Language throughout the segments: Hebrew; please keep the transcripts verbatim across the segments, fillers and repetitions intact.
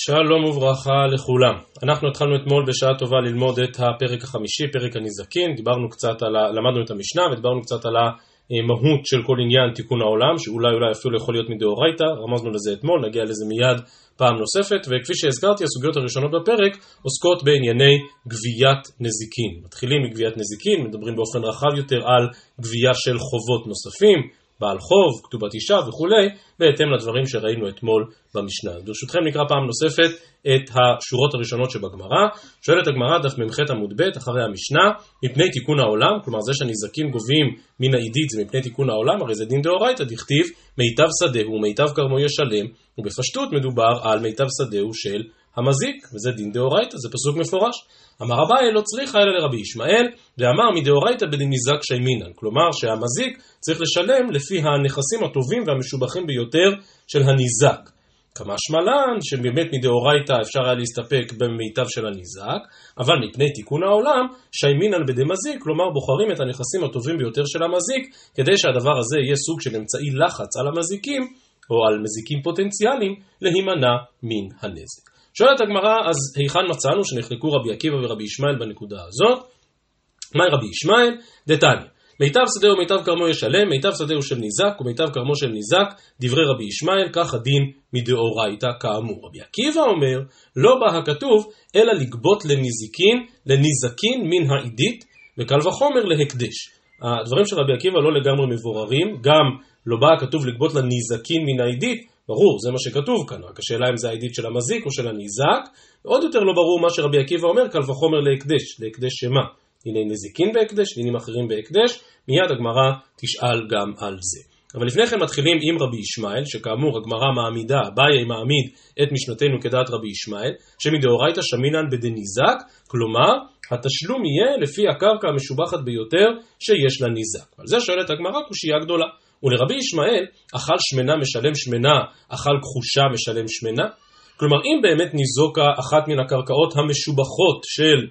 שלום וברכה לכולם. אנחנו התחלנו אתמול בשעה טובה ללמוד את הפרק החמישי, פרק הנזקין. דיברנו קצת על, למדנו את המשנה ודיברנו קצת על המהות של כל עניין תיקון העולם, שאולי אולי אפילו יכול להיות מדאורייתא. רמזנו לזה אתמול, נגיע לזה מיד פעם נוספת. וכפי שהזכרתי, הסוגיות הראשונות בפרק עוסקות בענייני גביית נזיקין. מתחילים מגביית נזיקין, מדברים באופן רחב יותר על גבייה של חובות נוספים, בעל חוב, כתובת אישה וכולי, בהתאם לדברים שראינו אתמול במשנה. ברשותכם נקרא פעם נוספת את השורות הראשונות שבגמרא. שואלת הגמרא דף ממחת עמוד ב' אחרי המשנה, מפני תיקון העולם, כלומר זה שהנזקים גובים מן העידית זה מפני תיקון העולם, הרי זה דין דאורייתא, דכתיב מיטב שדהו ומיטב כרמו ישלם, ובפשטות מדובר על מיטב שדהו של המזיק, וזה דין דאורייתא, זה פסוק מפורש. אמר אביי לא צריכה אלא לרבי ישמעאל, ואמר מדאורייתא בדין נזק שיימינן, כלומר שהמזיק צריך לשלם לפי הנכסים הטובים והמשובחים ביותר של הנזק. כמה שמלן שבאמת מדאורייתא אפשר היה להסתפק במיטב של הנזק, אבל מפני תיקון העולם שיימינן בדי מזיק, כלומר בוחרים את הנכסים הטובים ביותר של המזיק, כדי שהדבר הזה יהיה סוג של אמצעי לחץ על המזיקים, או על מזיקים פוטנציאליים, להימנע מן הנזק. שואלת הגמרא, אז היכן מצאנו שנחלקו רבי עקיבא ורבי ישמעאל בנקודה הזאת? מהי רבי ישמעאל? דתניא, מיטב שדהו ומיטב כרמו ישלם, מיטב שדהו של נזק ומיטב כרמו של נזק, דברי רבי ישמעאל, כך הדין מדאורייתא כאמור. רבי עקיבא אומר, לא בא הכתוב, אלא לגבות לנזיקין, לנזקין מן העידית, וקל וחומר להקדש. הדברים של רבי עקיבא לא לגמרי מבוררים, גם לא בא הכתוב לגבות לנזקין מן העידית, ברור, זה מה שכתוב כאן, רק השאלה אם זה העידית של המזיק או של הנזק. עוד יותר לא ברור מה שרבי עקיבא אומר, קל וחומר להקדש, להקדש שמה? דיני נזיקין בהקדש, דינים אחרים בהקדש, מיד הגמרא תשאל גם על זה. אבל לפני כן מתחילים עם רבי ישמעאל, שכאמור הגמרא מעמידה, אביי מעמיד את משנתנו כדעת רבי ישמעאל, שמדאורייתא שמינן בדי נזק, כלומר התשלום יהיה לפי הקרקע המשובחת ביותר שיש לה נזק. על זה שואלת הגמרא קושיה גדולה. ולרבי ישמעאל, אכל שמנה משלם שמנה, אכל כחושה משלם שמנה. כלומר, אם באמת ניזוקה אחת מן הקרקעות המשובחות של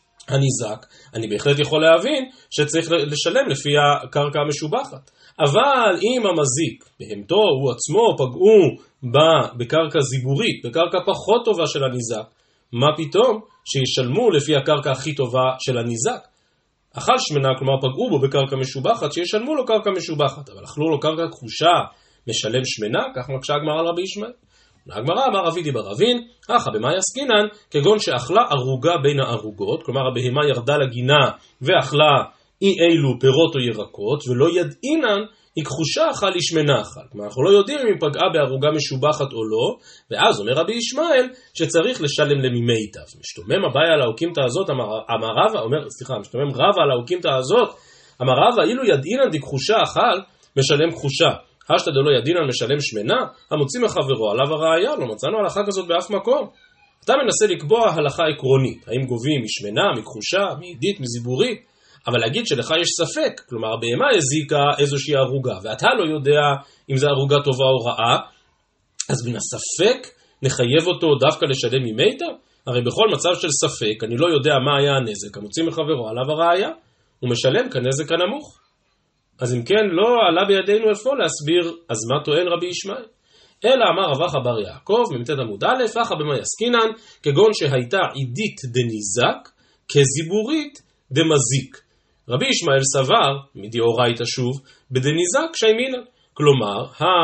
הנזק, אני בהחלט יכול להבין שצריך לשלם לפי הקרקע המשובחת. אבל אם המזיק, בהמתו, הוא עצמו, פגעו בקרקע זיבורית, בקרקע פחות טובה של הנזק, מה פתאום שישלמו לפי הקרקע הכי טובה של הנזק? אכל שמנה, כלומר פגעו בו בקרקע משובחת, שישלמו לו קרקע משובחת, אבל אכלו לו קרקע כחושה, משלם שמנה, כך מקשה הגמרא על רבי ישמעאל. הגמרא אמר רבי דיבר רבין, אחא במאי עסקינן, כגון שאכלה ערוגה בין הערוגות, כלומר הבהמה ירדה לגינה ואכלה אי אילו פירות או ירקות, ולא ידעינן היא כחושה אכל היא שמנה אכל. כלומר אנחנו לא יודעים אם היא פגעה בערוגה משובחת או לא, ואז אומר רבי ישמעאל שצריך לשלם למימיתיו. משתומם אביי על האוקימתא הזאת, אמר רבא, אומר, סליחה, משתומם רבא על האוקימתא הזאת, אמר רבא, אילו ידעינן די כחושה אכל, משלם כחושה. השתא דלא ידעינן משלם שמנה, המוציא מחברו עליו הראיה, לא מצאנו הלכה כזאת באף מקום. אתה מנסה לקבוע הלכה עקרונית, האם גובים משמנה, מכחושה, מעידית, מזיבורית, אבל להגיד שלך יש ספק, כלומר הבהמה הזיקה איזושהי ערוגה, ואתה לא יודע אם זה ערוגה טובה או רעה, אז מן הספק נחייב אותו דווקא לשלם ממיתיו? הרי בכל מצב של ספק, אני לא יודע מה היה הנזק, המוציא מחברו עליו הראיה, הוא משלם כנזק הנמוך. אז אם כן, לא עלה בידינו אפוא להסביר, אז מה טוען רבי ישמעאל? אלא אמר רב אחא בר יעקב, ממתת עמוד א', אחא במאי עסקינן, כגון שהייתה עידית דנזק, כזיבורית דמזיק. רבי ישמעאל סבר, מדאורייתא שוב, בדנזק שיימינן. כלומר,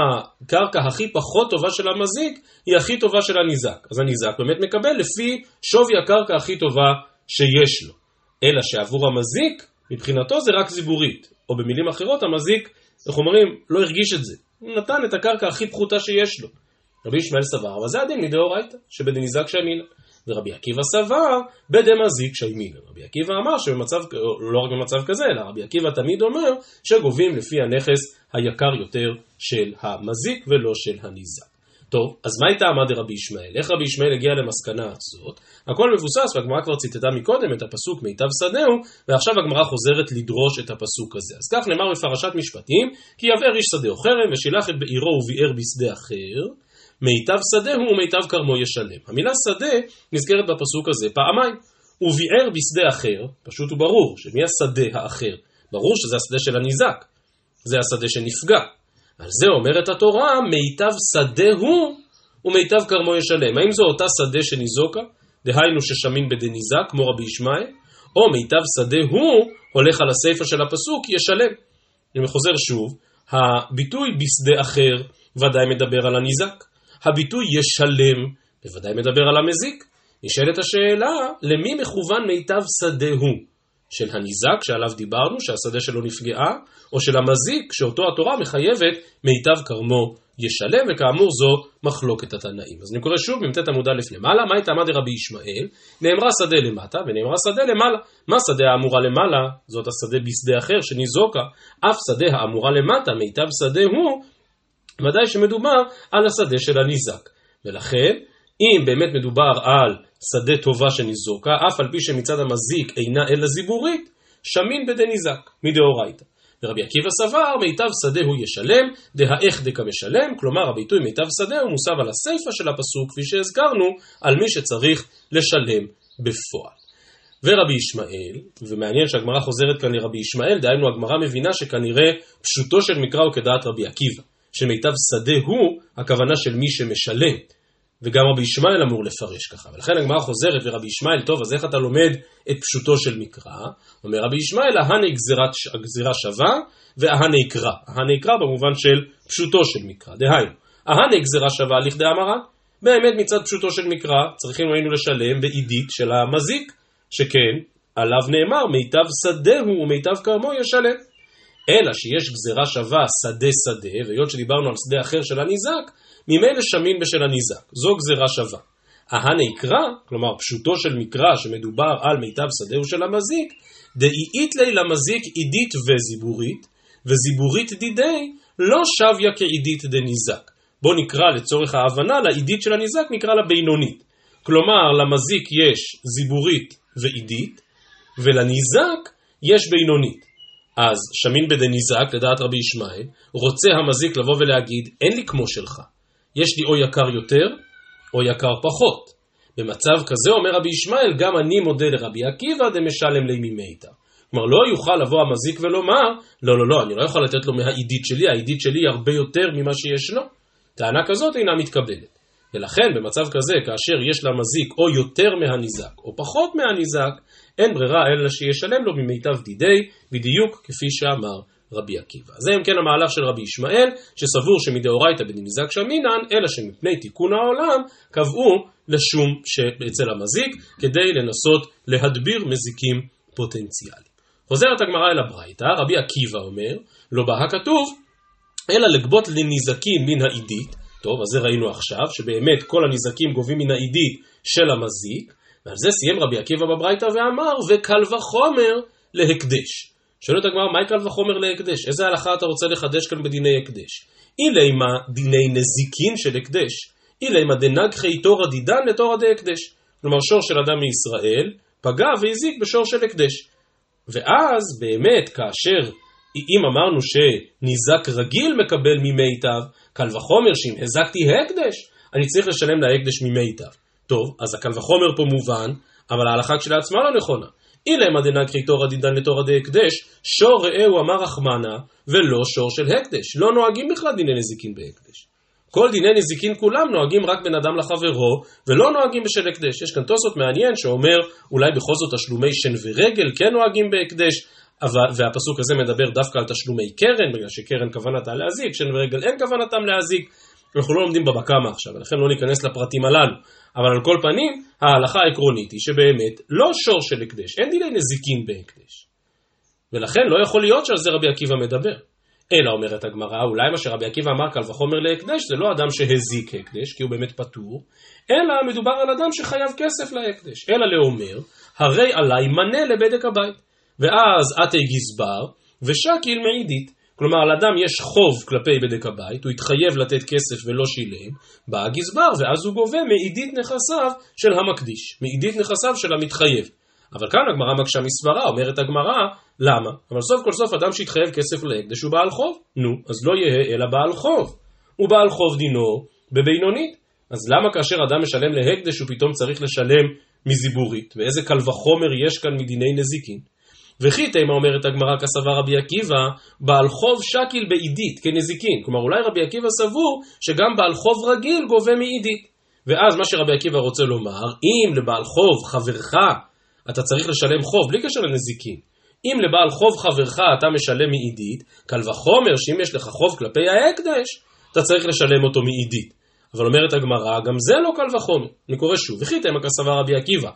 הקרקע הכי פחות טובה של המזיק היא הכי טובה של הנזק. אז הנזק באמת מקבל לפי שווי הקרקע הכי טובה שיש לו. אלא שעבור המזיק, מבחינתו זה רק זיבורית. או במילים אחרות, המזיק, איך אומרים, לא הרגיש את זה. הוא נתן את הקרקע הכי פחותה שיש לו. רבי ישמעאל סבר, אבל זה הדין מדאורייתא, שבדנזק שיימינן. ורבי עקיבא סבר בדמזיק שיימינן. רבי עקיבא אמר שבמצב, לא רק במצב כזה, אלא רבי עקיבא תמיד אומר שגובים לפי הנכס היקר יותר של המזיק ולא של הנזק. טוב, אז מה הייתה עמד רבי ישמעאל? איך רבי ישמעאל הגיע למסקנה הזאת? הכל מבוסס, והגמרא כבר ציטטה מקודם את הפסוק מיטב שדהו, ועכשיו הגמרא חוזרת לדרוש את הפסוק הזה. אז כך נאמר בפרשת משפטים, כי יבער איש שדהו חרב ושילח את בעירו וביער בשדה אחר, מיטב שדהו ומיטב כרמו ישלם. המילה שדה נזכרת בפסוק הזה פעמיים. וביער בשדה אחר, פשוט וברור, שמי השדה האחר? ברור שזה השדה של הנזק, זה השדה שנפגע. על זה אומרת התורה, מיטב שדהו ומיטב כרמו ישלם. האם זו אותה שדה שניזוקה, דהיינו ששמין בדניזק, כמו רבי ישמעאל, או מיטב שדה הוא הולך על הסיפה של הפסוק, ישלם. אני חוזר שוב, הביטוי בשדה אחר ודאי מדבר על הניזק, הביטוי ישלם בוודאי מדבר על המזיק. נשאלת השאלה, למי מכוון מיטב שדה הוא? של הניזק שעליו דיברנו, שהשדה שלו נפגעה, או של המזיק שאותו התורה מחייבת מיטב כרמו ישלם, וכאמור זו מחלוקת התנאים. אז אני קורא שוב במתת עמוד א' למעלה, מה הייתה עמד רבי ישמעאל? נאמרה שדה למטה ונאמרה שדה למעלה. מה שדה האמורה למעלה? זאת השדה בשדה אחר שניזוקה. אף שדה האמורה למטה, מיטב שדה הוא, ודאי שמדובר על השדה של הניזק. ולכן, אם באמת מדובר על שדה טובה שניזוקה, אף על פי שמצד המזיק אינה אלא זיבורית, שמין בדניזק, מדאורייתא. ורבי עקיבא סבר, מיטב שדה הוא ישלם, דהאך דקה משלם, כלומר הביטוי מיטב שדה הוא מוסב על הסיפה של הפסוק, כפי שהזכרנו, על מי שצריך לשלם בפועל. ורבי ישמעאל, ומעניין שהגמרא חוזרת כאן לרבי ישמעאל, דהיינו הגמרא מבינה שכנראה פשוטו של מקרא הוא כדעת רבי עקיבא, שמיטב שדה הוא הכוונה של מי שמשלם, וגם רבי ישמעאל אמור לפרש ככה. ולכן הגמרא חוזרת ורבי ישמעאל, טוב, אז איך אתה לומד את פשוטו של מקרא? אומר רבי ישמעאל, ההנה גזירה שווה, וההנה יקרא. ההנה יקרא במובן של פשוטו של מקרא. דהיינו, ההנה גזירה שווה לכדי אמרה, באמת מצד פשוטו של מקרא, צריכים היינו לשלם בעידית של המזיק, שכן, עליו נאמר, מיטב שדה הוא ומיטב כרמו ישלם. אלא שיש גזירה שווה שדה שדה, והיות שדיברנו על שדה אחר של הניזק, ממילא שמין בשל הניזק, זו גזירה שווה. ההנה יקרא, כלומר פשוטו של מקרא שמדובר על מיטב שדהו של המזיק, דאית לי למזיק עידית וזיבורית, וזיבורית דידי לא שוויה כעידית דניזק. בוא נקרא לצורך ההבנה, לעידית של הניזק נקרא לה בינונית. כלומר למזיק יש זיבורית ועידית, ולניזק יש בינונית. אז שמין בדניזק, לדעת רבי ישמעאל, רוצה המזיק לבוא ולהגיד, אין לי כמו שלך. יש לי או יקר יותר, או יקר פחות. במצב כזה אומר רבי ישמעאל, גם אני מודה לרבי עקיבא דמשלם לי ממיתא. כלומר, לא יוכל לבוא המזיק ולומר, לא, לא, לא, אני לא יכול לתת לו מהעידית שלי, העידית שלי היא הרבה יותר ממה שיש לו. טענה כזאת אינה מתקבלת. ולכן, במצב כזה, כאשר יש למזיק או יותר מהניזק, או פחות מהניזק, אין ברירה אלא שישלם לו ממיטב דידי, בדיוק כפי שאמר רבי עקיבא. זה אם כן המהלך של רבי ישמעאל, שסבור שמדאורייתא בדניזק שמינן, אלא שמפני תיקון העולם, קבעו לשום אצל המזיק, כדי לנסות להדביר מזיקים פוטנציאליים. חוזרת הגמרא אל הברייתא, רבי עקיבא אומר, לא בה הכתוב, אלא לגבות לניזקים מן העידית. טוב, אז זה ראינו עכשיו, שבאמת כל הניזקים גובים מן העידית של המזיק, ועל זה סיים רבי עקיבא בברייתא ואמר, וקל וחומר להקדש. שואלת הגמרא, מהי קל וחומר להקדש? איזה הלכה אתה רוצה לחדש כאן בדיני הקדש? אילימה דיני נזיקין של הקדש, אילימה דנגחי תורא דידן לתורא דהקדש. כלומר, שור של אדם מישראל פגע והזיק בשור של הקדש. ואז באמת, כאשר, אם אמרנו שניזק רגיל מקבל ממיטב, קל וחומר שאם הזקתי הקדש, אני צריך לשלם להקדש ממיטב. טוב, אז הקל וחומר פה מובן, אבל ההלכה כשלעצמה לא נכונה. אילמה דנגחי תורא דידן לתורא דהקדש, שור ראהו אמר רחמנה, ולא שור של הקדש. לא נוהגים בכלל דיני נזיקין בהקדש. כל דיני נזיקין כולם נוהגים רק בן אדם לחברו, ולא נוהגים בשל הקדש. יש כאן תוספות מעניין שאומר, אולי בכל זאת תשלומי שן ורגל כן נוהגים בהקדש, והפסוק הזה מדבר דווקא על תשלומי קרן, בגלל שקרן כוונתה להזיק, שן ורגל אין כוונתם להזיק. אנחנו לא לומדים בבקמה עכשיו, ולכן לא ניכנס לפרטים הללו. אבל על כל פנים, ההלכה העקרונית היא שבאמת לא שור של הקדש, אין דיני נזיקין בהקדש. ולכן לא יכול להיות שעל זה רבי עקיבא מדבר. אלא אומרת הגמרא, אולי מה שרבי עקיבא אמר קל וחומר להקדש, זה לא אדם שהזיק הקדש, כי הוא באמת פטור, אלא מדובר על אדם שחייב כסף להקדש. אלא לאומר, הרי עליי מנה לבדק הבית. ואז עתי גזבר ושקיל מעידית. כלומר, לאדם יש חוב כלפי בדק הבית, הוא התחייב לתת כסף ולא שילם, בא הגזבר ואז הוא גובה מעידית נכסיו של המקדיש, מעידית נכסיו של המתחייב. אבל כאן הגמרא מקשה מסברה, אומרת הגמרא, למה? אבל סוף כל סוף אדם שהתחייב כסף להקדש הוא בעל חוב, נו, אז לא יהיה אלא בעל חוב. הוא בעל חוב דינו בבינונית, אז למה כאשר אדם משלם להקדש הוא פתאום צריך לשלם מזיבורית? ואיזה קל וחומר יש כאן מדיני נזיקין? וכי תימה אומרת הגמרא כסבר רבי עקיבא, בעל חוב שקיל בעידית כנזיקין. כלומר אולי רבי עקיבא סבור שגם בעל חוב רגיל גובה מעידית. ואז מה שרבי עקיבא רוצה לומר, אם לבעל חוב חברך אתה צריך לשלם חוב בלי קשר לנזיקין, אם לבעל חוב חברך אתה משלם מעידית, קל וחומר שאם יש לך חוב כלפי ההקדש אתה צריך לשלם אותו מעידית. אבל אומרת הגמרא, גם זה לא קל וחומר. אני קורא שוב, וכי תימה כסבר רבי עקיבא,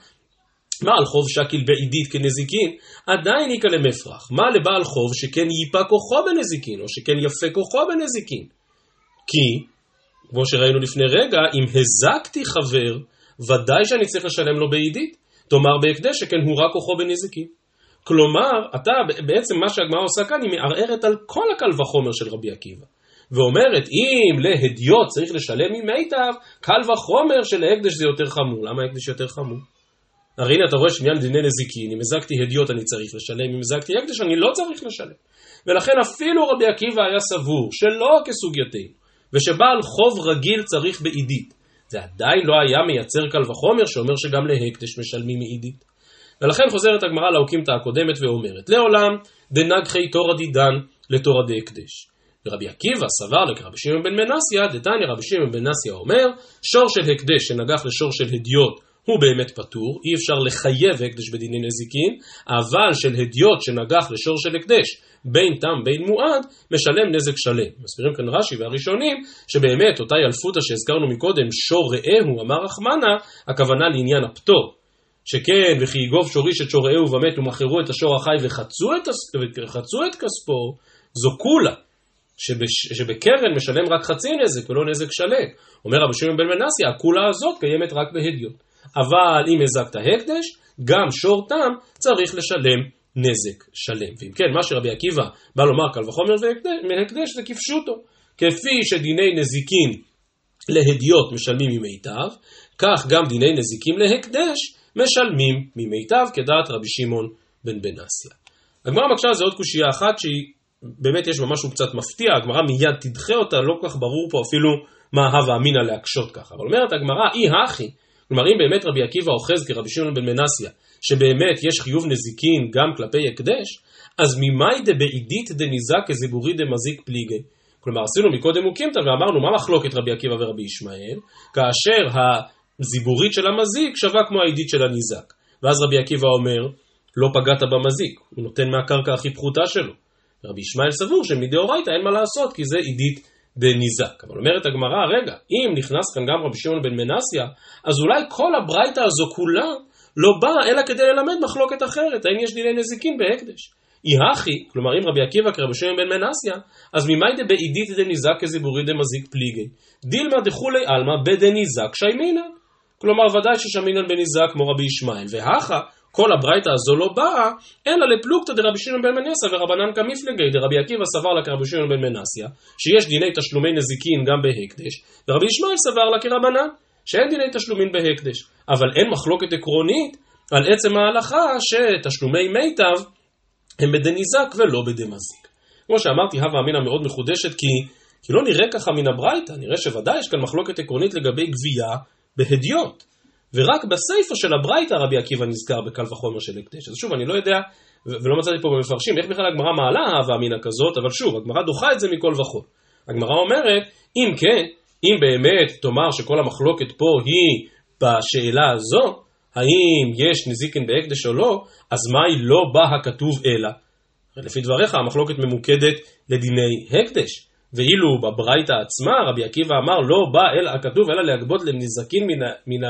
בעל חוב שקיל בעידית כנזיקין, עדיין יקה למפרח. מה לבעל חוב שכן ייפה כוחו בנזיקין, או שכן יפה כוחו בנזיקין? כי, כמו שראינו לפני רגע, אם הזקתי חבר, ודאי שאני צריך לשלם לו בעידית. תאמר בהקדש שכן הורע כוחו בנזיקין. כלומר, אתה, בעצם מה שהגמרא עושה כאן, היא מערערת על כל הקל וחומר של רבי עקיבא. ואומרת, אם להדיוט צריך לשלם ממיטב, קל וחומר שלהקדש זה יותר חמור. למה ההקדש יותר חמור? הרי הנה אתה רואה שעניין דיני נזיקין, אם הזקתי הדיוט אני צריך לשלם, אם הזקתי הקדש אני לא צריך לשלם. ולכן אפילו רבי עקיבא היה סבור שלא כסוגייתנו, ושבעל חוב רגיל צריך בעידית. זה עדיין לא היה מייצר קל וחומר שאומר שגם להקדש משלמים מעידית. ולכן חוזרת הגמרא לאוקימתא הקודמת ואומרת, לעולם דנגחי תורא דידן לתורא דהקדש. ורבי עקיבא סבר לרבי שמעון בן מנסיה, דתניא רבי שמעון בן מנסיה אומר, שור של הקדש שנגח לשור של הדיוט הוא באמת פטור, אי אפשר לחייב הקדש בדיני נזיקין, אבל של הדיוט שנגח לשור של הקדש, בין תם בין מועד, משלם נזק שלם. מסבירים כאן רש"י והראשונים, שבאמת אותה ילפותא שהזכרנו מקודם, שור רעהו, אמר רחמנא, הכוונה לעניין הפטור. שכן, וכי יגוב שוריש את שור רעהו ומת ומכרו את השור החי וחצו את, וחצו את כספו, זו כולה. שבש, שבקרן משלם רק חצי נזק ולא נזק שלם. אומר רבי שמעון בן מנסיה, הכולה הזאת קיימת רק בהדיוט. אבל אם הזקת הקדש, גם שור תם צריך לשלם נזק שלם. ואם כן, מה שרבי עקיבא בא לומר קל וחומר מהקדש זה כפשוטו. כפי שדיני נזיקין להדיוט משלמים ממיטב, כך גם דיני נזיקין להקדש משלמים ממיטב, כדעת רבי שמעון בן מנסיה. הגמרא מקשה זה עוד קושייה אחת שהיא באמת יש בה משהו קצת מפתיע, הגמרא מיד תדחה אותה, לא כל כך ברור פה אפילו מה הווה אמינא להקשות ככה. אבל אומרת הגמרא, אי הכי, כלומר אם באמת רבי עקיבא אוחז כרבי שמעון בן מנסיה, שבאמת יש חיוב נזיקין גם כלפי הקדש, אז ממאי דבעידית דניזק כזיבורי דמזיק פליגי. כלומר עשינו מקודם אוקימתא ואמרנו מה מחלוקת רבי עקיבא ורבי ישמעאל, כאשר הזיבורית של המזיק שווה כמו העידית של הניזק. ואז רבי עקיבא אומר, לא פגעת במזיק, הוא נותן מהקרקע הכי פחותה שלו. רבי ישמעאל סבור שמדאורייתא אין מה לעשות כי זה עידית דניזק. אבל אומרת הגמרא, רגע, אם נכנס כאן גם רבי שמעון בן מנסיה, אז אולי כל הברייתא הזו כולה לא באה אלא כדי ללמד מחלוקת אחרת, האם יש דיני נזיקין בהקדש. אי הכי, כלומר אם רבי עקיבא כרבי שמעון בן מנסיה, אז ממאי דבעידית דניזק כזיבורי דמזיק פליגי, דילמא דכולי עלמא בדניזק שיימינא. כלומר ודאי ששמינן בניזק כמו רבי ישמעאל, והכה כל הברייתא הזו לא באה, אלא לפלוגתא דרבי שמעון בן מנסיה ורבנן כמפלגי, דרבי עקיבא סבר לה כרבי שמעון בן מנסיה, שיש דיני תשלומי נזיקין גם בהקדש, ורבי ישמעאל סבר לה כרבנן, שאין דיני תשלומים בהקדש. אבל אין מחלוקת עקרונית על עצם ההלכה שתשלומי מיטב הם בדניזק ולא בדמזיק. כמו שאמרתי, הווה אמינא מאוד מחודשת, כי, כי לא נראה ככה מן הברייתא, נראה שוודאי יש כאן מחלוקת עקרונית לגבי גבייה בהדיוט. ורק בסייפה של הברייתא רבי עקיבא נזכר בקל וחומר של הקדש. אז שוב, אני לא יודע, ולא מצאתי פה במפרשים, איך בכלל הגמרא מעלה הווה אמינא כזאת, אבל שוב, הגמרא דוחה את זה מכל וכל. הגמרא אומרת, אם כן, אם באמת תאמר שכל המחלוקת פה היא בשאלה הזו, האם יש נזיקין בהקדש או לא, אז מה היא לא בא הכתוב אלא? לפי דבריך, המחלוקת ממוקדת לדיני הקדש. ואילו בברייתא עצמה, רבי עקיבא אמר, לא בא אלא הכתוב אלא להגבות לנזיקין מן, מן,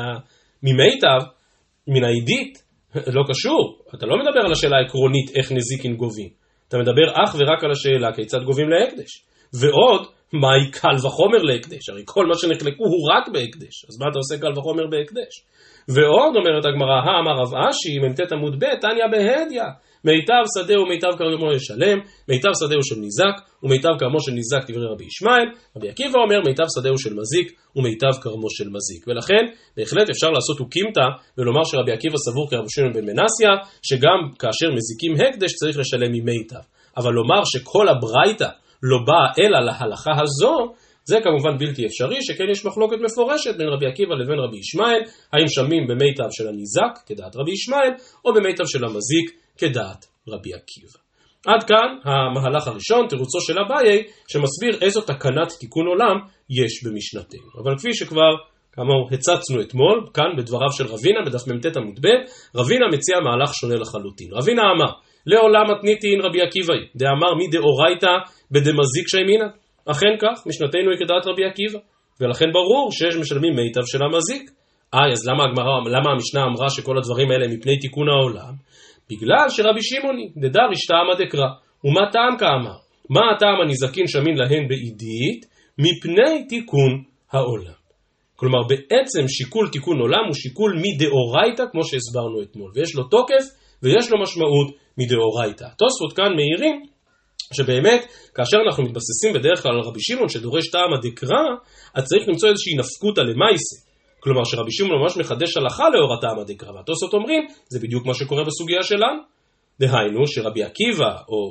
ממיטב, מן העידית, לא קשור. אתה לא מדבר על השאלה העקרונית איך נזיקין גובים. אתה מדבר אך ורק על השאלה כיצד גובים להקדש. ועוד, מהי קל וחומר להקדש? הרי כל מה שנחלקו הוא רק בהקדש. אז מה אתה עושה קל וחומר בהקדש? ועוד אומרת הגמרא, אמר רב אשי, ממתת עמוד ב', תניא בהדיא, מיטב שדה ומיטב כרמו לשלם, מיטב שדה הוא של ניזק, ומיטב כרמו של ניזק דברי רבי ישמעאל. רבי עקיבא אומר, מיטב שדה הוא של מזיק, ומיטב כרמו של מזיק. ולכן, בהחלט אפשר לעשות אוקימתא, ולומר שרבי עקיבא סבור כרבי שמעון בן מנסיה, שגם כאשר מזיקים הקדש צריך לשלם ממיטב. אבל לומר שכל הברייתא לא באה אלא להלכה הזו, זה כמובן בלתי אפשרי, שכן יש מחלוקת מפורשת בין רבי עקיבא לבין רבי ישמעאל, האם שמים במיטב של הניזק, כדעת רבי ישמעאל, או במיטב של המזיק, כדעת רבי עקיבא. עד כאן המהלך הראשון, תירוצו של אביי, שמסביר איזו תקנת תיקון עולם יש במשנתנו. אבל כפי שכבר כאמור הצצנו אתמול, כאן בדבריו של רבינה, בדף ממתת עמוד ב', רבינה מציע מהלך שונה לחלוטין. רבינה אמר, לעולם מתניתי אין רבי עקיבא, דאמר מי דאורייתא בדמזיק שהאמינה. אכן כך, משנתנו היא כדעת רבי עקיבא, ולכן ברור שיש משלמים מיטב של המזיק. איי, אז למה הגמרא, למה המשנה אמרה שכל הדברים האלה מפני תיקון העולם? בגלל שרבי שמעוני, דדריש טעמא דקרא, ומה טעם כאמר? מה הטעם הנזקין שמין להן בעידית? מפני תיקון העולם. כלומר, בעצם שיקול תיקון עולם הוא שיקול מדאורייתא, כמו שהסברנו אתמול, ויש לו תוקף ויש לו משמעות מדאורייתא. תוספות כאן מעירים שבאמת, כאשר אנחנו מתבססים בדרך כלל על רבי שמעון שדורש טעמא דקרא, אז צריך למצוא איזושהי נפקותא למעשה. כלומר, שרבי שמעון ממש מחדש הלכה לאור הטעמא דקרא, והתוספות אומרים, זה בדיוק מה שקורה בסוגיה שלנו. דהיינו, שרבי עקיבא, או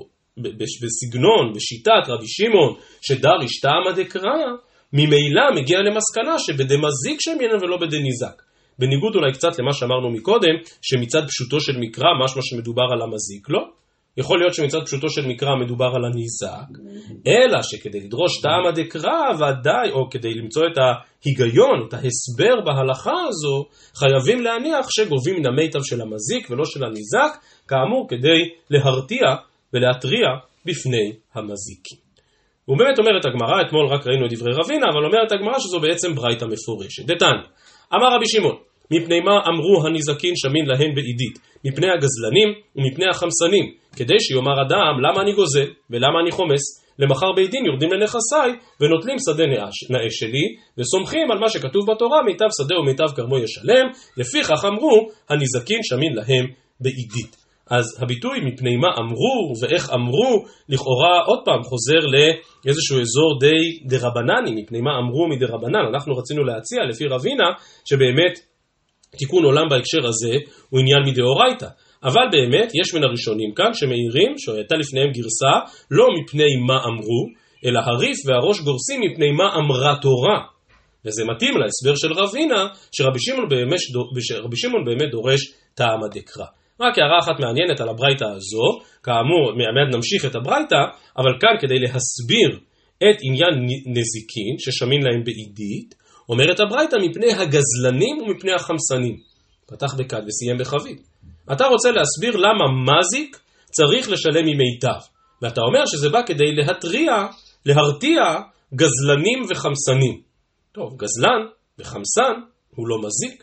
בסגנון, בשיטת רבי שמעון, שדריש טעמא דקרא, ממילא מגיע למסקנה שבדמזיק שמינן ולא בדניזק. בניגוד אולי קצת למה שאמרנו מקודם, שמצד פשוטו של מקרא, משמע שמדובר על המזיק, לא? יכול להיות שמצד פשוטו של מקרא מדובר על הניזק, אלא שכדי לדרוש טעמא דקרא ודאי, או כדי למצוא את ההיגיון, את ההסבר בהלכה הזו, חייבים להניח שגובים מן המיטב של המזיק ולא של הניזק, כאמור כדי להרתיע ולהתריע בפני המזיקים. ובאמת אומרת הגמרא, אתמול רק ראינו את דברי רבינה, אבל אומרת הגמרא שזו בעצם ברייתא מפורשת. דתן, אמר רבי שמעון, מפני מה אמרו הניזקין שמין להן בעידית? מפני הגזלנים ומפני החמסנים, כדי שיאמר אדם למה אני גוזל ולמה אני חומס, למחר בית דין יורדים לנכסיי ונוטלים שדה נאה שלי וסומכים על מה שכתוב בתורה, מיטב שדה ומיטב כרמו ישלם, לפיכך אמרו הניזקין שמין להם בעידית. אז הביטוי מפני מה אמרו ואיך אמרו, לכאורה עוד פעם חוזר לאיזשהו אזור די דרבנני, מפני מה אמרו מדרבנן. אנחנו רצינו להציע לפי רבינה שבאמת תיקון עולם בהקשר הזה הוא עניין מדאורייתא. אבל באמת יש מן הראשונים כאן שמעירים שהייתה לפניהם גרסה לא מפני מה אמרו, אלא הריף והראש גורסים מפני מה אמרה תורה. וזה מתאים להסבר של רבינה שרבי שמעון באמת, שרבי שמעון באמת דורש טעמא דקרא. רק הערה אחת מעניינת על הברייתא הזו, כאמור מיד נמשיך את הברייתא, אבל כאן כדי להסביר את עניין נזיקין ששמין להם בעידית, אומרת הברייתא מפני הגזלנים ומפני החמסנים. פתח בכד וסיים בחבית. אתה רוצה להסביר למה מזיק צריך לשלם ממיטב, ואתה אומר שזה בא כדי להתריע, להרתיע גזלנים וחמסנים. טוב, גזלן וחמסן הוא לא מזיק.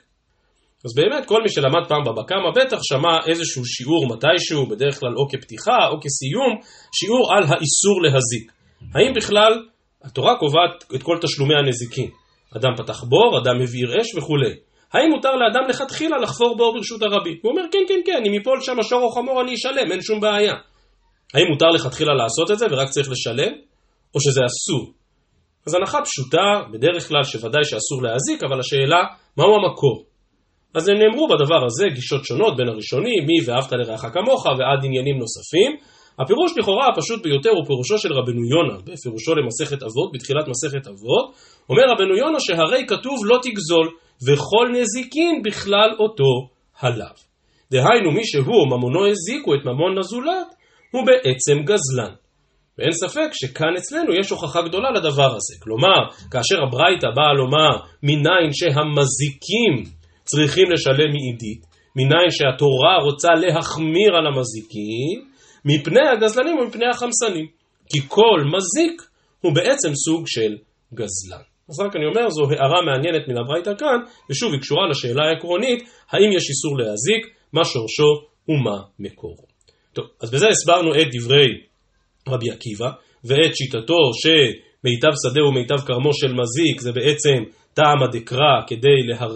אז באמת כל מי שלמד פעם בבקמה בטח שמע איזשהו שיעור מתישהו, בדרך כלל או כפתיחה או כסיום, שיעור על האיסור להזיק. האם בכלל התורה קובעת את כל תשלומי הנזיקין? אדם פתח בור, אדם מבעיר אש וכו'. האם מותר לאדם לכתחילה לחפור בור ברשות הרבים? הוא אומר כן כן כן, אם יפול שם שור או חמור אני אשלם, אין שום בעיה. האם מותר לכתחילה לעשות את זה ורק צריך לשלם? או שזה אסור? אז הנחה פשוטה, בדרך כלל שוודאי שאסור להזיק, אבל השאלה מהו המקור? אז הם נאמרו בדבר הזה גישות שונות בין הראשונים, מי ואהבת לרעך כמוך ועד עניינים נוספים. הפירוש לכאורה הפשוט ביותר הוא פירושו של רבנו יונה, בפירושו למסכת אבות, בתחילת מסכת אבות, אומר רבנו יונה שהרי כתוב לא תגזול, וכל נזיקין בכלל אותו הלאו. דהיינו מי שהוא ממונו הזיקו את ממון לזולת, הוא בעצם גזלן. ואין ספק שכאן אצלנו יש הוכחה גדולה לדבר הזה. כלומר, כאשר הברייתא באה לומר מניין שהמזיקים צריכים לשלם מעידית, מניין שהתורה רוצה להחמיר על המזיקים, מפני הגזלנים ומפני החמסנים. כי כל מזיק הוא בעצם סוג של גזלן. אז רק אני אומר, זו הערה מעניינת מן הברייתא כאן, ושוב היא קשורה לשאלה העקרונית, האם יש איסור להזיק, מה שורשו ומה מקורו. טוב, אז בזה הסברנו את דברי רבי עקיבא, ואת שיטתו שמיטב שדה ומיטב כרמו של מזיק, זה בעצם טעמא דקרא כדי להר...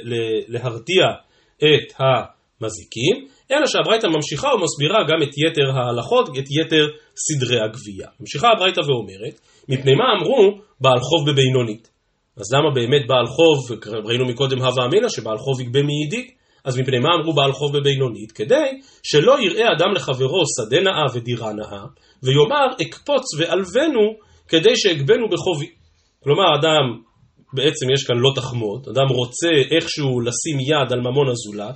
להרתיע את המזיקים, אלא שהברייתא ממשיכה ומסבירה גם את יתר ההלכות, את יתר סדרי הגבייה. ממשיכה הברייתא ואומרת, מפני מה אמרו בעל חוב בבינונית? אז למה באמת בעל חוב, ראינו מקודם הווה אמינא שבעל חוב יגבה מעידית, אז מפני מה אמרו בעל חוב בבינונית? כדי שלא יראה אדם לחברו שדה נאה ודירה נאה, ויאמר אקפוץ ואלבנו כדי שאגבנו בחובי. כלומר אדם, בעצם יש כאן לא תחמוד, אדם רוצה איכשהו לשים יד על ממון הזולת,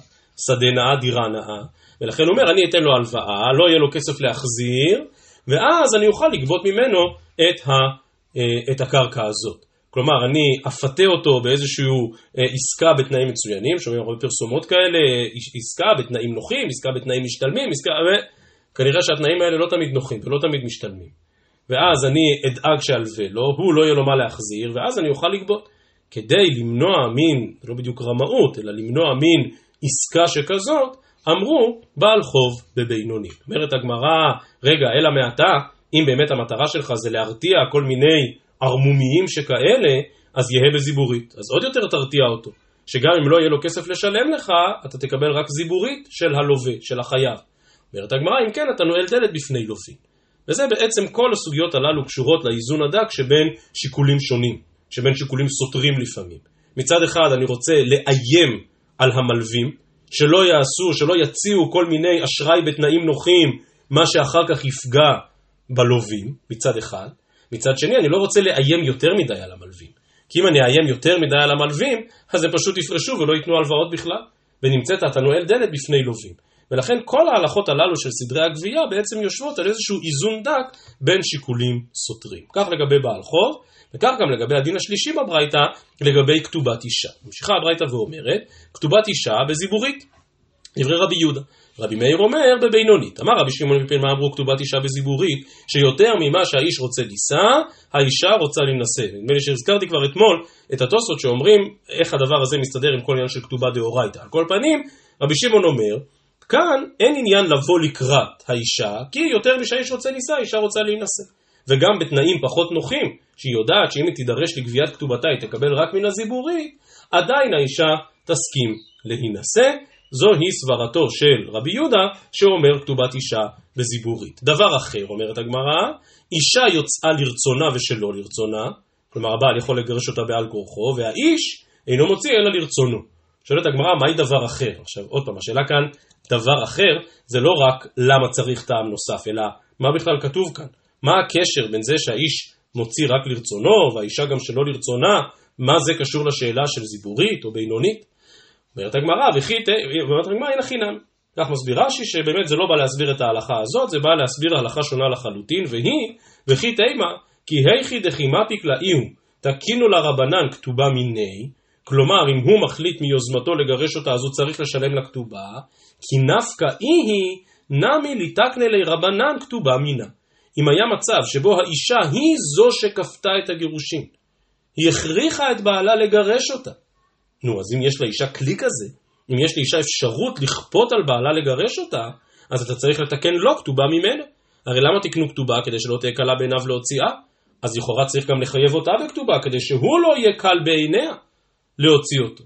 שדה נאה, דירה נאה, ולכן הוא אומר, אני אתן לו הלוואה, לא יהיה לו כסף להחזיר, ואז אני אוכל לגבות ממנו את, ה, את הקרקע הזאת. כלומר, אני אפתה אותו באיזשהו עסקה בתנאים מצוינים, שאומרים הרבה פרסומות כאלה, עסקה בתנאים נוחים, עסקה בתנאים משתלמים, עסקה, וכנראה שהתנאים האלה לא תמיד נוחים ולא תמיד משתלמים. ואז אני אדאג שאלווה לו, הוא לא יהיה לו מה להחזיר, ואז אני אוכל לגבות. כדי למנוע מין, לא בדיוק רמאות, אלא למנוע מין עסקה שכזאת, אמרו בעל חוב בבינוני. אומרת הגמרא, רגע, אלא מעתה, אם באמת המטרה שלך זה להרתיע כל מיני ערמומיים שכאלה, אז יהיה בזיבורית. אז עוד יותר תרתיע אותו, שגם אם לא יהיה לו כסף לשלם לך, אתה תקבל רק זיבורית של הלווה, של החייב. אומרת הגמרא, אם כן, אתה נועל דלת בפני לווים. וזה בעצם כל הסוגיות הללו קשורות לאיזון הדק שבין שיקולים שונים, שבין שיקולים סותרים לפעמים. מצד אחד אני רוצה לאיים על המלווים, שלא יעשו, שלא יציעו כל מיני אשראי בתנאים נוחים, מה שאחר כך יפגע בלווים, מצד אחד. מצד שני, אני לא רוצה לאיים יותר מדי על המלווים. כי אם אני אאיים יותר מדי על המלווים, אז הם פשוט יפרשו ולא ייתנו הלוואות בכלל. ונמצאת, אתה נועל דלת בפני לווים. ולכן כל ההלכות הללו של סדרי הגבייה בעצם יושבות על איזשהו איזון דק בין שיקולים סותרים. כך לגבי בעל חוב, וכך גם לגבי הדין השלישי בברייתא, לגבי כתובת אישה. ממשיכה הברייתא ואומרת, כתובת אישה בזיבורית. דברי רבי יהודה. רבי מאיר אומר בבינונית. אמר רבי שמעון בן פלמא, אמרו כתובת אישה בזיבורית, שיותר ממה שהאיש רוצה לישא, האישה רוצה להינשא. נדמה לי שהזכרתי כבר אתמול את התוספות שאומרים איך הדבר הזה מסתדר עם כל עניין של כתובה דאורייתא. על כל פנים, רבי שמעון אומר, כאן אין עניין לבוא לקראת האישה, כי יותר משהאיש רוצה לישא, האישה רוצה להינשא. וגם בתנאים פחות נוחים, שהיא יודעת שאם היא תידרש לגביית כתובתה, היא תקבל רק מן הזיבורית, עדיין האישה תסכים להינשא. זוהי סברתו של רבי יהודה, שאומר כתובת אישה בזיבורית. דבר אחר, אומרת הגמרא, אישה יוצאה לרצונה ושלא לרצונה, כלומר הבעל יכול לגרש אותה בעל כורחו, והאיש אינו מוציא אלא לרצונו. שואלת הגמרא, מהי דבר אחר? עכשיו עוד פעם, השאלה כאן, דבר אחר, זה לא רק למה צריך טעם נוסף, אלא מה בכלל כתוב כאן? מה הקשר בין זה שהאיש מוציא רק לרצונו, והאישה גם שלא לרצונה, מה זה קשור לשאלה של זיבורית או בינונית? אומרת הגמרא, ואומרת הגמרא, אין החינם. כך מסביר רש"י שבאמת זה לא בא להסביר את ההלכה הזאת, זה בא להסביר הלכה שונה לחלוטין, והיא, וכי תימה, כי היכי דכי מפיק לאיהו, תקינו לרבנן כתובה מיני, כלומר אם הוא מחליט מיוזמתו לגרש אותה, אז הוא צריך לשלם לה כתובה, כי נפקא איהי נמי ליתקנה לרבנן כתובה מינה. אם היה מצב שבו האישה היא זו שכפתה את הגירושין, היא הכריחה את בעלה לגרש אותה, נו, אז אם יש לאישה כלי כזה, אם יש לאישה אפשרות לכפות על בעלה לגרש אותה, אז אתה צריך לתקן לו כתובה ממנה. הרי למה תקנו כתובה? כדי שלא תהיה קלה בעיניו להוציאה? אז לכאורה צריך גם לחייב אותה בכתובה, כדי שהוא לא יהיה קל בעיניה להוציא אותו.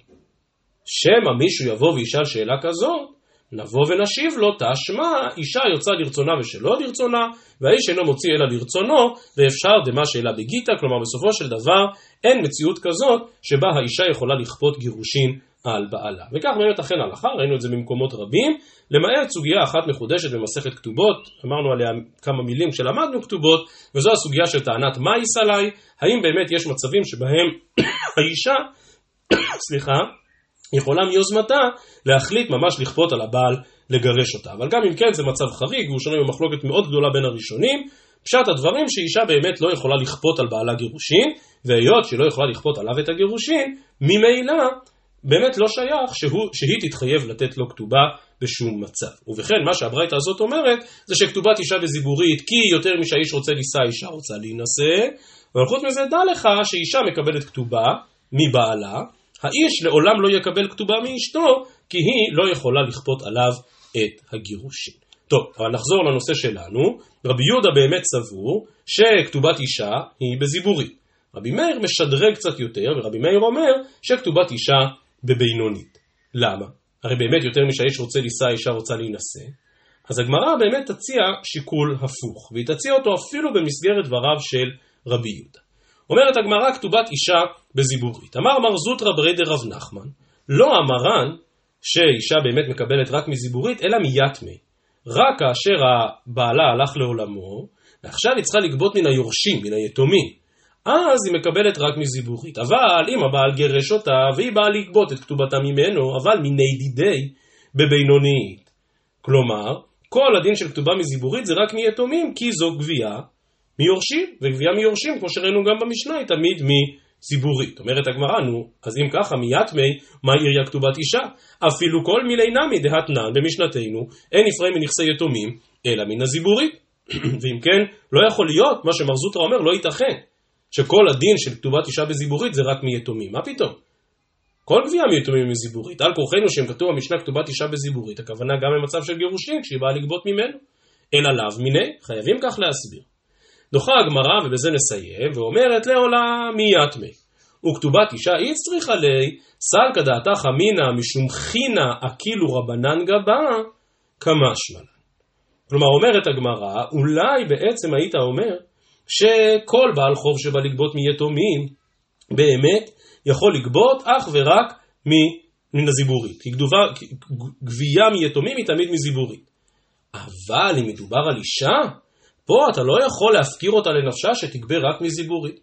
שמא מישהו יבוא וישאל שאלה כזאת, נבוא ונשיב לו, תשמע, אישה יוצאה לרצונה ושלא לרצונה, והאיש אינו מוציא אלא לרצונו, ואפשר דמה שאלה בגיטה, כלומר בסופו של דבר אין מציאות כזאת שבה האישה יכולה לכפות גירושין על בעלה. וכך באמת אכן הלכה, ראינו את זה במקומות רבים, למעט סוגיה אחת מחודשת במסכת כתובות, אמרנו עליה כמה מילים כשלמדנו כתובות, וזו הסוגיה של טענת מאיס עליי, האם באמת יש מצבים שבהם האישה, סליחה, יכולה מיוזמתה להחליט ממש לכפות על הבעל לגרש אותה. אבל גם אם כן זה מצב חריג, והוא שונה במחלוקת מאוד גדולה בין הראשונים, פשט הדברים שאישה באמת לא יכולה לכפות על בעלה גירושין, והיות שהיא לא יכולה לכפות עליו את הגירושין, ממילא באמת לא שייך שהוא, שהיא תתחייב לתת לו כתובה בשום מצב. ובכן מה שהברייתא הזאת אומרת, זה שכתובת אישה בזיבורית, כי יותר משהאיש רוצה לישא, אישה רוצה להינשא, אבל חוץ מזה דע לך שאישה מקבלת כתובה מבעלה, האיש לעולם לא יקבל כתובה מאשתו, כי היא לא יכולה לכפות עליו את הגירושין. טוב, אבל נחזור לנושא שלנו. רבי יהודה באמת סבור שכתובת אישה היא בזיבורית. רבי מאיר משדרג קצת יותר, ורבי מאיר אומר שכתובת אישה בבינונית. למה? הרי באמת יותר משהאיש רוצה לישא, אישה רוצה להינשא. אז הגמרא באמת תציע שיקול הפוך, והיא תציע אותו אפילו במסגרת דבריו של רבי יהודה. אומרת הגמרא כתובת אישה בזיבורית. אמר מר זוטרא ברי דרב נחמן, לא אמרן שאישה באמת מקבלת רק מזיבורית, אלא מיתמי. רק כאשר הבעלה הלך לעולמו, ועכשיו היא צריכה לגבות מן היורשים, מן היתומים, אז היא מקבלת רק מזיבורית. אבל אם הבעל גרש אותה, והיא באה לגבות את כתובתה ממנו, אבל מיני דידי, בבינונית. כלומר, כל הדין של כתובה מזיבורית זה רק מיתומים, כי זו גבייה מיורשים, וגבייה מיורשים, כמו שראינו גם במשנה, היא תמיד מזיבורית. אומרת הגמרא, נו, אז אם ככה, מיתמי, מה עיריה כתובת אישה? אפילו כל מילי נמי דהתנן במשנתנו, אין נפרעים מנכסי יתומים, אלא מן הזיבורית. ואם כן, לא יכול להיות, מה שמר זוטרא אומר, לא ייתכן, שכל הדין של כתובת אישה בזיבורית זה רק מיתומים. מה פתאום? כל גבייה מיתומים מזיבורית. על כורחנו שהם כתוב במשנה כתובת אישה בזיבורית, הכוונה גם במצב של גירושין, כשהיא באה לגבות ממנו. אלא לאו מיני, חייבים כך להסביר. דוחה הגמרא, ובזה נסיים, ואומרת לעולם מיתמי. וכתובת אישה אי צריכה לי, סלקא דעתה חמינא משום חינה אקילו רבנן גבה, כמשמע. כלומר, אומרת הגמרא, אולי בעצם היית אומר, שכל בעל חוב שבא לגבות מיתומים, באמת יכול לגבות אך ורק מן הזיבורית. כי גבייה מיתומים היא תמיד מזיבורית. אבל אם מדובר על אישה, פה אתה לא יכול להפקיר אותה לנפשה שתגבה רק מזיבורית.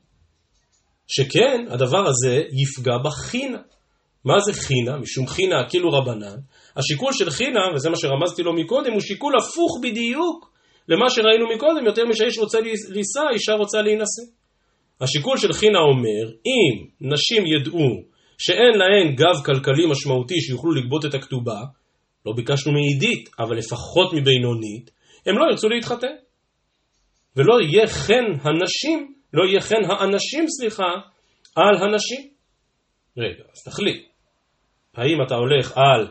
שכן, הדבר הזה יפגע בחינה. מה זה חינה? משום חינה אקילו רבנן. השיקול של חינה, וזה מה שרמזתי לו מקודם, הוא שיקול הפוך בדיוק למה שראינו מקודם, יותר משאיש רוצה לישא, אישה רוצה להינשא. השיקול של חינה אומר, אם נשים ידעו שאין להן גב כלכלי משמעותי שיוכלו לגבות את הכתובה, לא ביקשנו מעידית, אבל לפחות מבינונית, הם לא ירצו להתחתן. ולא יהיה חן הנשים, לא יהיה חן האנשים, סליחה, על הנשים. רגע, אז תחליט. האם אתה הולך על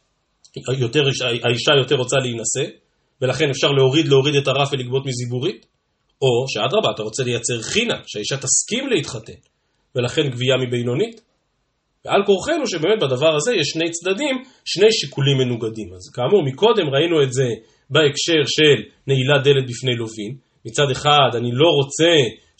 יותר, האישה יותר רוצה להינשא, ולכן אפשר להוריד, להוריד את הרף ולגבות מזיבורית? או שאדרבה, אתה רוצה לייצר חינה, שהאישה תסכים להתחתן, ולכן גבייה מבינונית? ועל כורחנו שבאמת בדבר הזה יש שני צדדים, שני שיקולים מנוגדים. אז כאמור, מקודם ראינו את זה בהקשר של נעילת דלת בפני לווין. מצד אחד אני לא רוצה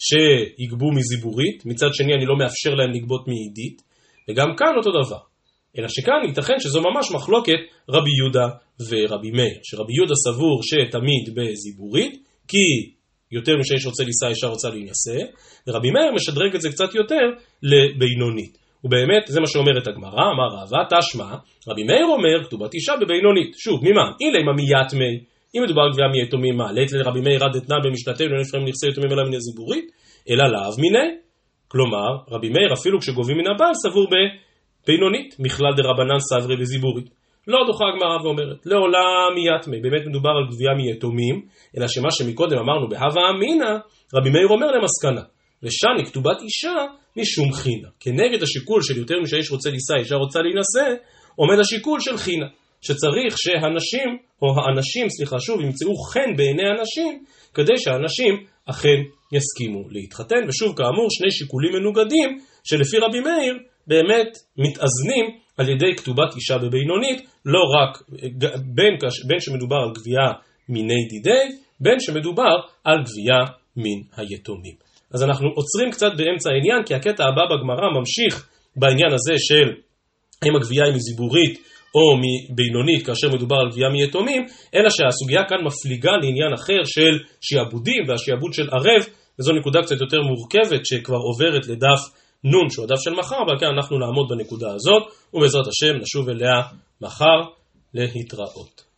שיגבו מזיבורית, מצד שני אני לא מאפשר להם לגבות מעידית, וגם כאן אותו דבר. אלא שכאן ייתכן שזו ממש מחלוקת רבי יהודה ורבי מאיר, שרבי יהודה סבור שתמיד בזיבורית, כי יותר משאיש רוצה לישא, אישה רוצה להינשא, ורבי מאיר משדרג את זה קצת יותר לבינונית. ובאמת זה מה שאומרת הגמרא, אמר רבא, תשמע, רבי מאיר אומר כתובת אישה בבינונית. שוב, ממה? אילי מיתמי, אם מדובר גבייה מיתומים, מה? לית לרבי מאיר עד אתנן במשנתנו, לא נפרעים נכסי יתומים אלא מן הזיבורית, אלא לאו מיני. כלומר, רבי מאיר אפילו כשגובים מן הבעל סבור בבינונית, מכלל דרבנן סברי בזיבורית. לא דוחה הגמרא ואומרת, לעולם מיתמי, באמת מדובר על גבייה מיתומים, אלא שמה שמקודם אמרנו בהווה אמינא, רבי מאיר אומר למסקנה, ושני כתובת אישה משום חינה. כנגד השיקול של יותר משאיש רוצה לישא, אישה רוצה להינשא, עומד השיקול של חינה, שצריך שהנשים, או האנשים, סליחה שוב, ימצאו חן בעיני האנשים, כדי שהאנשים אכן יסכימו להתחתן. ושוב כאמור, שני שיקולים מנוגדים, שלפי רבי מאיר באמת מתאזנים על ידי כתובת אישה בבינונית, לא רק בין, בין שמדובר על גבייה מיני דידי, בין שמדובר על גבייה מן היתומים. אז אנחנו עוצרים קצת באמצע העניין, כי הקטע הבא בגמרא ממשיך בעניין הזה של האם הגבייה היא מזיבורית או מבינונית כאשר מדובר על גבייה מיתומים, אלא שהסוגיה כאן מפליגה לעניין אחר של שיעבודים והשיעבוד של ערב, וזו נקודה קצת יותר מורכבת שכבר עוברת לדף נון שהוא הדף של מחר, אבל כאן אנחנו נעמוד בנקודה הזאת, ובעזרת השם נשוב אליה מחר להתראות.